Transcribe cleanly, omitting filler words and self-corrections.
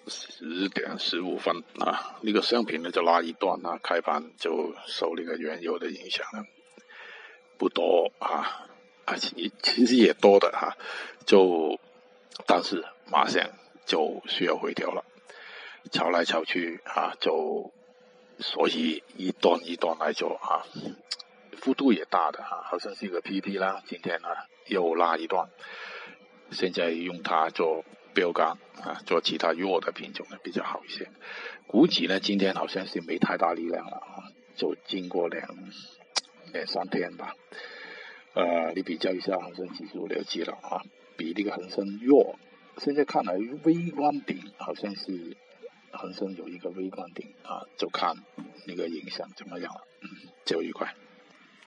10点15分啊，那个商品呢就拉一段啊，开盘就受那个原油的影响呢不多其实也多的但是马上就需要回调了，炒来炒去所以一段一段来做幅度也大的好像是一个 PP 啦，今天又拉一段，现在用它做标杆做其他弱的品种呢比较好一些。股指呢今天好像是没太大力量了就经过两三天吧，你比较一下恒生指数了解了比那个恒生弱，现在看来微观顶好像是恒生有一个微观顶就看那个影响怎么样了。就愉快。